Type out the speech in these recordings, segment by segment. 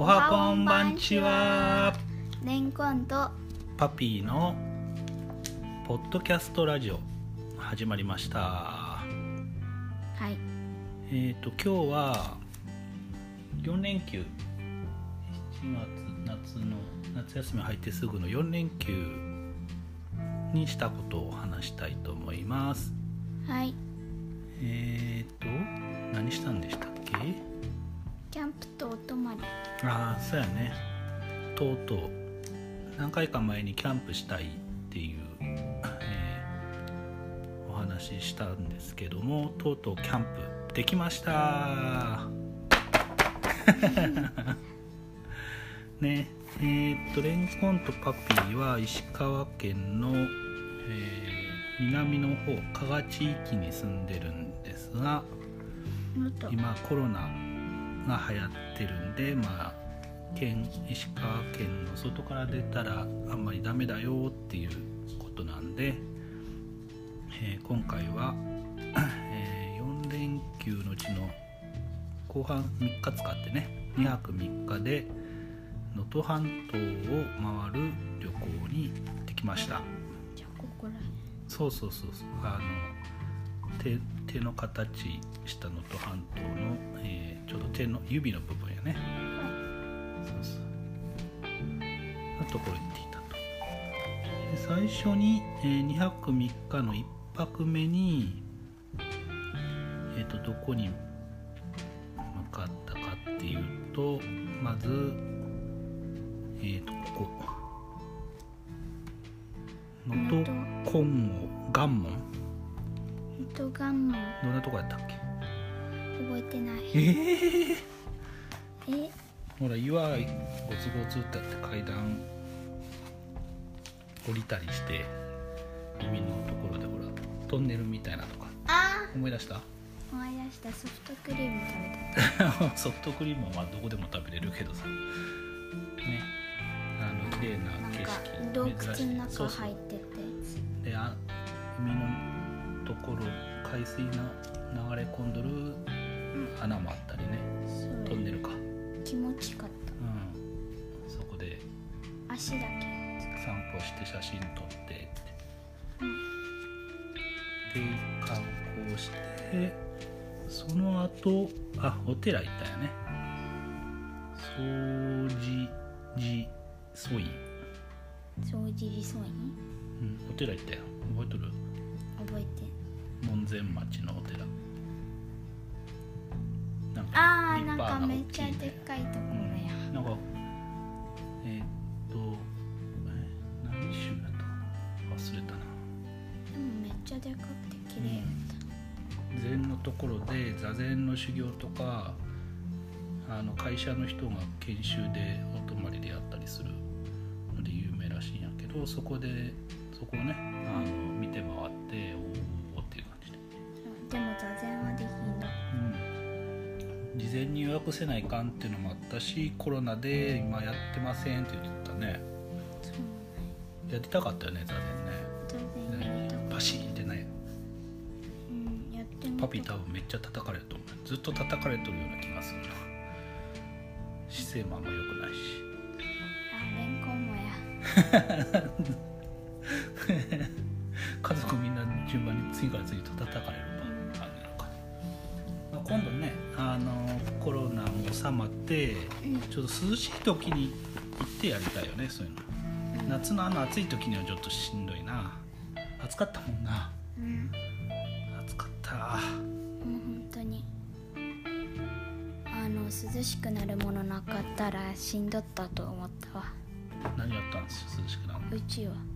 おはこんばんちは。 レンコンとパピーのポッドキャストラジオ始まりました。 はい。 今日は4連休、7月夏休み入ってすぐの4連休にしたことを話したいと思います。 はい。 何したんでしたっけ？ キャンプとお泊まり。 ああ、そうやね。とうとう何回か前にキャンプしたいっていう、お話ししたんですけども、とうとうキャンプできましたね。レンコンとパピーは石川県の、南の方加賀地域に住んでるんですが、今コロナが流行ってるんで、石川県の外から出たらあんまりダメだよっていうことなんで、今回は、4連休のうちの後半3日使ってね、2泊3日で能登半島を回る旅行に行ってきました。 じゃあここらそう手の形した能登半島の、ちょうど手の指の部分やね、のところに行っていたと。で最初に、2泊3日の1泊目に、どこに向かったかっていうと、まず、ここ能登金剛岩門、 能登岩門どんなとこやったっけ？ 覚えてない。 ほら岩ゴツゴツってあって階段降りたりして海のところでほらトンネルみたいなとか思い出した？ 思い出した。ソフトクリーム食べたソフトクリームはどこでも食べれるけどさね、綺麗な景色、 洞窟の中入ってたやつで、海のところ海水が流れ込んどる穴もあったりね、トンネルか、 気持ちかった。 そこで足だけ散歩して写真撮って、で観光して、その後お寺行ったよね。掃除寺祖院、お寺行ったよ。覚えとる？ 覚えて。 門前町のお寺、 なんかめっちゃでっかいところや。 なんか何州だった忘れたな。 でもめっちゃでかくて綺麗やった。 禅のところで座禅の修行とか、会社の人が研修でお泊まりでやったりするので有名らしいんやけど、そこをね見て回っておっていう感じで。 でも座禅はできんだ。 事前に予約せないかんっていうのもあったし、コロナで今やってませんって言ってたね。やりたかったよね、座禅ね。パシーンってね。 やってみた。 パピー多分めっちゃ叩かれると思う。ずっと叩かれとるような気がするな。姿勢もあんま良くないし。 レンコンもや。 家族みんな順番に次から次と叩かれる感じなのかな。今度ね、コロナも収まって、ちょっと涼しい時に行ってやりたいよね、そういうの。夏の暑い時にはちょっとしんどいな。暑かったもんな。暑かった。 もう本当に涼しくなるものなかったらしんどったと思ったわ。 何やったんですよ、涼しくなるの？ うちは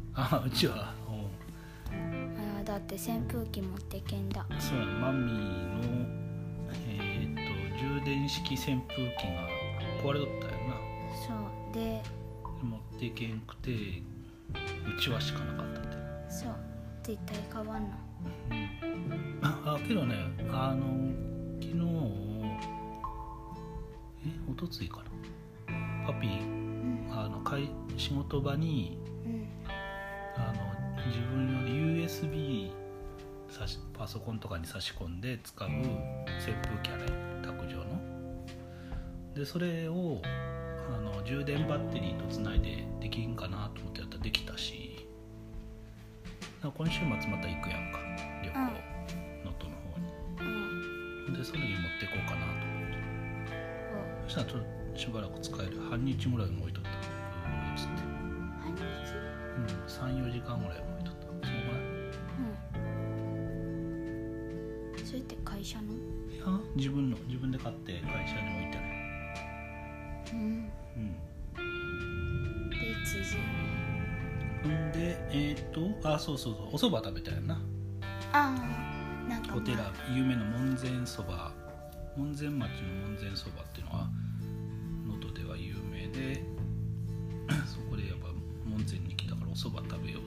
だって扇風機持ってけんだ。 そうや、マミーの充電式扇風機が壊れとったよな。 そうで持っていけんくて、うちわしかなかったって。 そう絶対買わんの。 けどね、昨日おとついかな、パピー、仕事場に、自分用で USB パソコンとかに差し込んで使う扇風機やね、卓上の。でそれを充電バッテリーとつないでできんかなと思ってやったらできたし、だから今週末また行くやんか、旅行、能登の方に、でその時に持っていこうかなと思って、そしたらちょっとしばらく使える、半日ぐらいも置いとったつって、 半日 3、4時間ぐらいも置いとった。そのぐらい、 それって会社の？ いや自分で買って会社に置いてね。 で次でそうそう、お蕎麦食べたよな。 なんか、 お寺有名な門前そば、門前町の門前そばっていうのは能登では有名でそこでやっぱ門前に来たからお蕎麦食べようって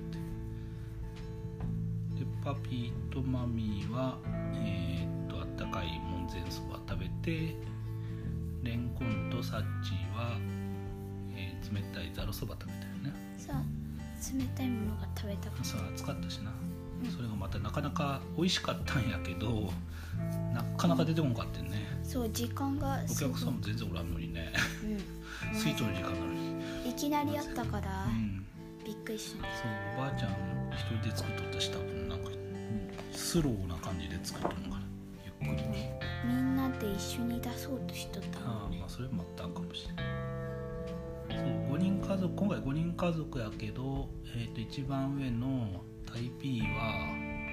。でパピーとマミーはあったかい門前そば食べて、レンコンとサッチーは、冷たいざるそば食べたよね。 そう、冷たいものが食べたかった。 そう、暑かったしな、それがまたなかなか美味しかったんやけど、なかなか出てこんかったよね。 そう、時間がお客さんも全然おらんのにね、スイートの時間なのにいきなりやったから、びっくりした。 そう、おばあちゃん一人で作っとったし、多分なんかスローな感じで作っとるのかな、ゆっくりね。 みんなで一緒に出そうとしとったもんね。 それもあったんかもしれない。そう、5人家族、今回5人家族やけど、一番上のタイピーは、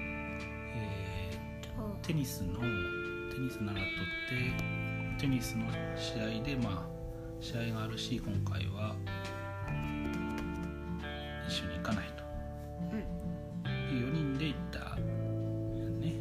テニス習っとって、テニスの試合で試合があるし、今回は一緒に行かないと、4人で行ったよね。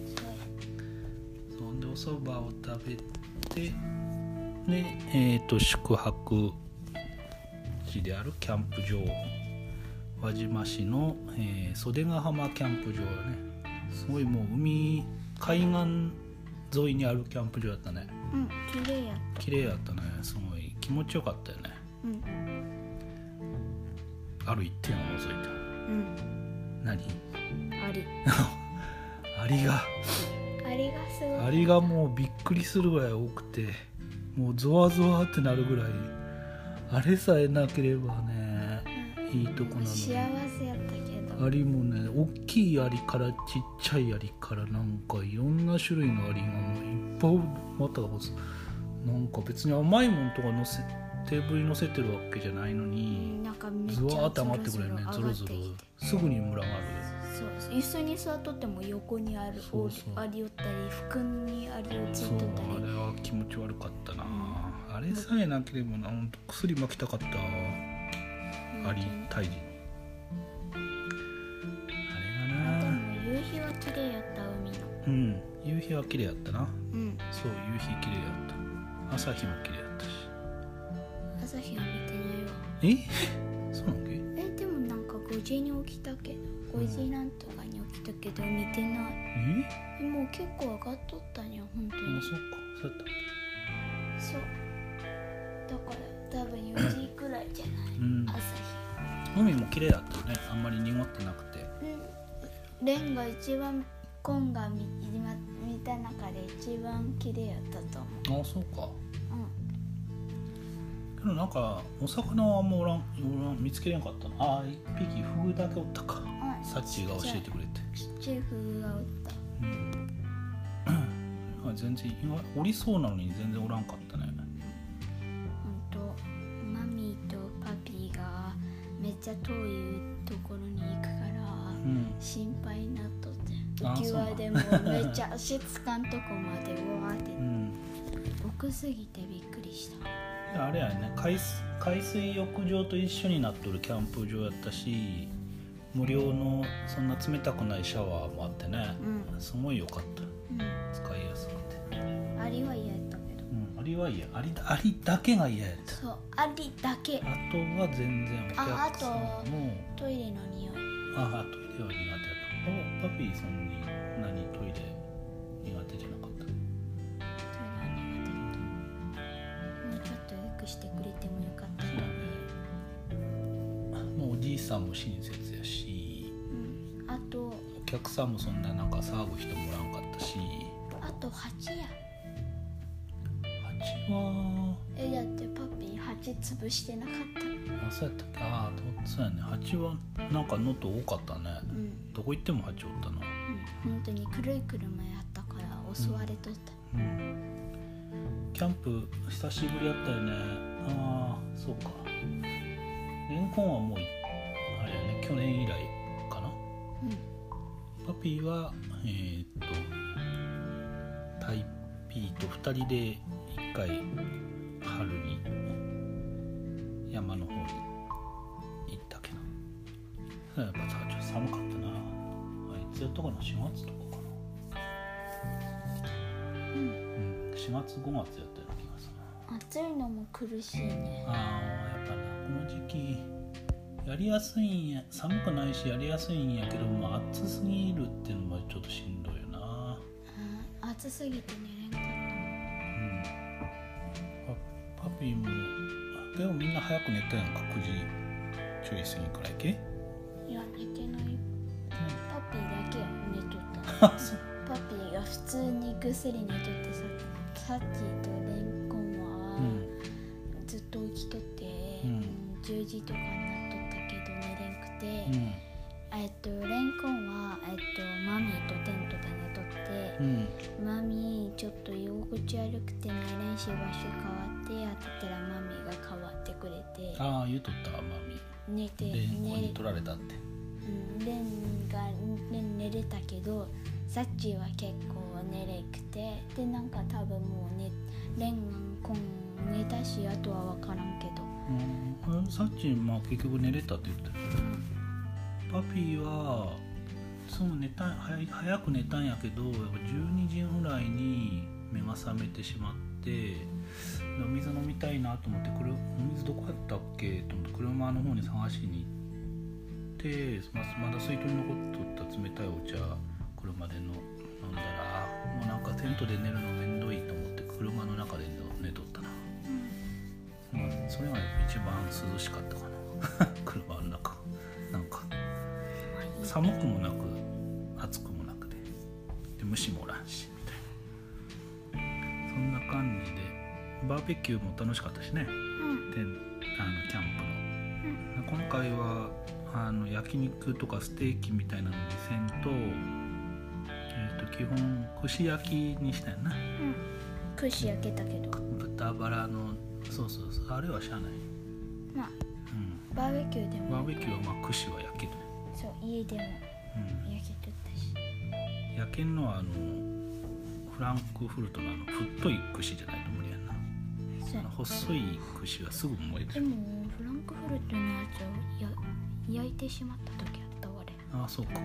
そんでお蕎麦を食べて、で、宿泊地であるキャンプ場、輪島市の、袖ヶ浜キャンプ場はね、すごいもう海岸沿いにあるキャンプ場だったね。綺麗やったね。すごい気持ちよかったよね。ある一点を除いた。何？アリがすごい。アリがもうびっくりするぐらい多くて、もうゾワゾワってなるぐらい、あれさえなければね、いいとこなのに。 幸せやったけど。 アリもね、大きいアリからちっちゃいアリからなんかいろんな種類のアリがもういっぱいまたなんか別に甘いもんとかテーブルに乗せてるわけじゃないのに、ズワーって上がってくるよね。ゾロゾロすぐに群がる。 そう、椅子に座っとっても横にあるアリおったり、服にアリをついとったり。 あれは気持ち悪かったな。あれさえなければな、本当薬巻きたかった。アリ退治。 夕日は綺麗やった、海の。 夕日は綺麗やったな。そう、夕日綺麗やった。朝日も綺麗やったし。 朝日は見てないわ。 そうなんけ？ でもなんか5時に起きたけど、5時なんとかに起きたけど見てない。もう結構上がっとったんや、本当に。 そっか、そうやった。 そう。だから多分4時くらいじゃない、朝日。 海も綺麗だったね。あんまり濁ってなくて。 レンが一番コンが見た中で一番綺麗やったと思う。 そうか。けどなんかお魚はもうおらん見つけれんかったな。一匹フグだけおったか。サッチーが教えてくれて。 ちっちゃいフグがおった。 全然おりそうなのに全然おらんかったね。 マミーとパピーがめっちゃ遠いところに行くから心配になっとって、浮き輪でもめっちゃ足つかんとこまでわーって、奥すぎてびっくりした。 あれやね、海水浴場と一緒になっとるキャンプ場やったし、無料のそんな冷たくないシャワーもあってね、すごい良かった、使いやすくて。 アリは嫌やったけど、 アリは嫌。アリだけが嫌やった。 そう、アリだけ。 あとは全然お客さんもトイレの匂い。 トイレは苦手やった。パピーさんに何トイレ苦手じゃなかった？ トイレは苦手だった。もうちょっと良くしてくれてもよかったよね。 もうおじいさんも親切やし、 あとお客さんもそんななんか騒ぐ人もおらんかったし。 あと蜂や。 蜂はだってパピー蜂蜂潰してなかった。 あ、そうやったっけ。ああ、そうやね。蜂はなんか能登多かったね、どこ行っても蜂おったな。 本当に黒い車やったから襲われとった。 キャンプ久しぶりやったよね。ああ、そうか。レンコンはもうあれやね、去年以来かな。パピーはタイピーと2人で1回春に山の方に行ったけど、やっぱさ、ちょっと寒かったな。いつやったかな、4月とかかな。4月5月やったような気がするな。 暑いのも苦しいね。 ああ、やっぱな、この時期やりやすいんや、寒くないしやりやすいんやけども、暑すぎるっていうのもちょっとしんどいよな。 暑すぎて寝れんかった。パピーもでもみんな早く寝たやんか。9時ちょい過ぎくらいけ。 いや、寝てない。パピーだけ寝とった。パピーが普通にぐっすり寝とってさ、サッチーとレンコンはずっと起きとって、10時とかになっとったけど寝れんくて、レンコンは、マミーとテントで寝とって、マミーちょっと居心地悪くて寝れんし場所変わってやってたらマミーが変わってくれて。 ああ、言うとった。マミ寝てレンコンに取られたって。 レン寝れたけどサッチーは結構寝れんくて、でなんか多分もうレンコン寝たし、あとは分からんけど。 サッチー、まあ結局寝れたって言ったよ。パピーはそう早く寝たんやけど、やっぱ12時ぐらいに目が覚めてしまって、お水飲みたいなと思って、お水どこやったっけと思って車の方に探しに行って、まだ水筒に残っとった冷たいお茶車で飲んだら、もうなんかテントで寝るのめんどいと思って車の中で寝とったな。それが一番涼しかったかな車の中。なんか寒くもなく暑くもなくで虫もおらんしみたいな、そんな感じでバーベキューも楽しかったしね、キャンプの、今回は焼肉とかステーキみたいなのにせんと、基本串焼きにしたよな。 串焼けたけど豚バラの、そうあれはしゃあない。 バーベキューでもバーベキューはまあ串は焼ける。 そう家でも焼けとったし、 焼けんのはフランクフルトの太い串じゃないと無理やんな。細い串はすぐ燃える。 でもフランクフルトのやつを焼いてしまった時あった俺。 ああ、そうか。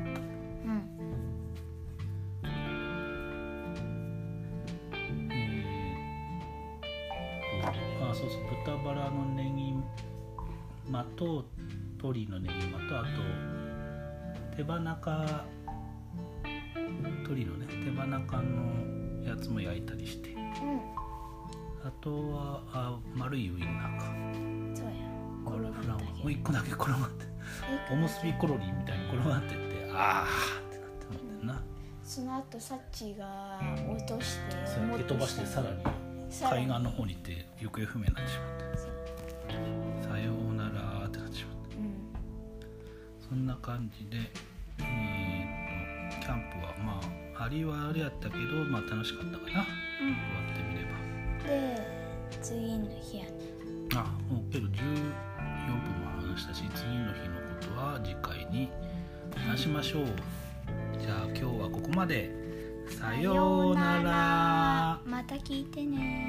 そう豚バラのネギマと鶏のネギマと、あと手羽中、鶏のね手羽中のやつも焼いたりして、あとは丸いウインナーか。 そうや、 これフランもう一個だけ転がっておむすびコロリーみたいに転がってって、あーってなってんな。 その後サッチーが落として蹴飛ばして、さらに海岸の方に行って行方不明になってしまって、さようならってなってしまった、そんな感じで、キャンプはまあありはあれやったけど、まあ楽しかったかな、終わってみれば。 で次の日やね。 もうけど14分も話したし、次の日のことは次回に話しましょう。じゃあ今日はここまで。さようなら。 また聞いてね。